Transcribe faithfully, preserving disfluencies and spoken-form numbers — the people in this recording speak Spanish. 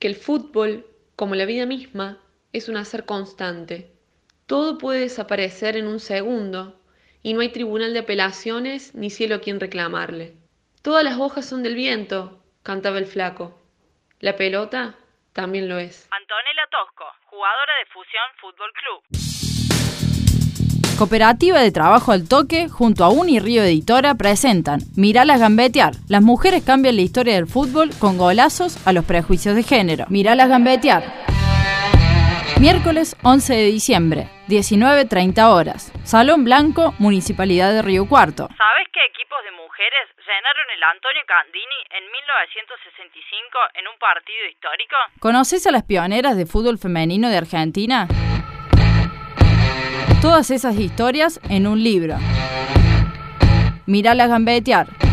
que el fútbol, como la vida misma, es un hacer constante. Todo puede desaparecer en un segundo y no hay tribunal de apelaciones ni cielo a quien reclamarle. Todas las hojas son del viento, cantaba el flaco. La pelota también lo es. Antonella Tosco, jugadora de Fusión Fútbol Club. Cooperativa de Trabajo al Toque, junto a Unirío Editora, presentan Miralas gambetear. Las mujeres cambian la historia del fútbol con golazos a los prejuicios de género. Miralas gambetear. Miércoles once de diciembre, diecinueve treinta horas. Salón Blanco, Municipalidad de Río Cuarto. ¿Sabes qué equipos de mujeres llenaron el Antonio Candini en mil novecientos sesenta y cinco en un partido histórico? ¿Conoces a las pioneras de fútbol femenino de Argentina? Todas esas historias en un libro. Miralas gambetear.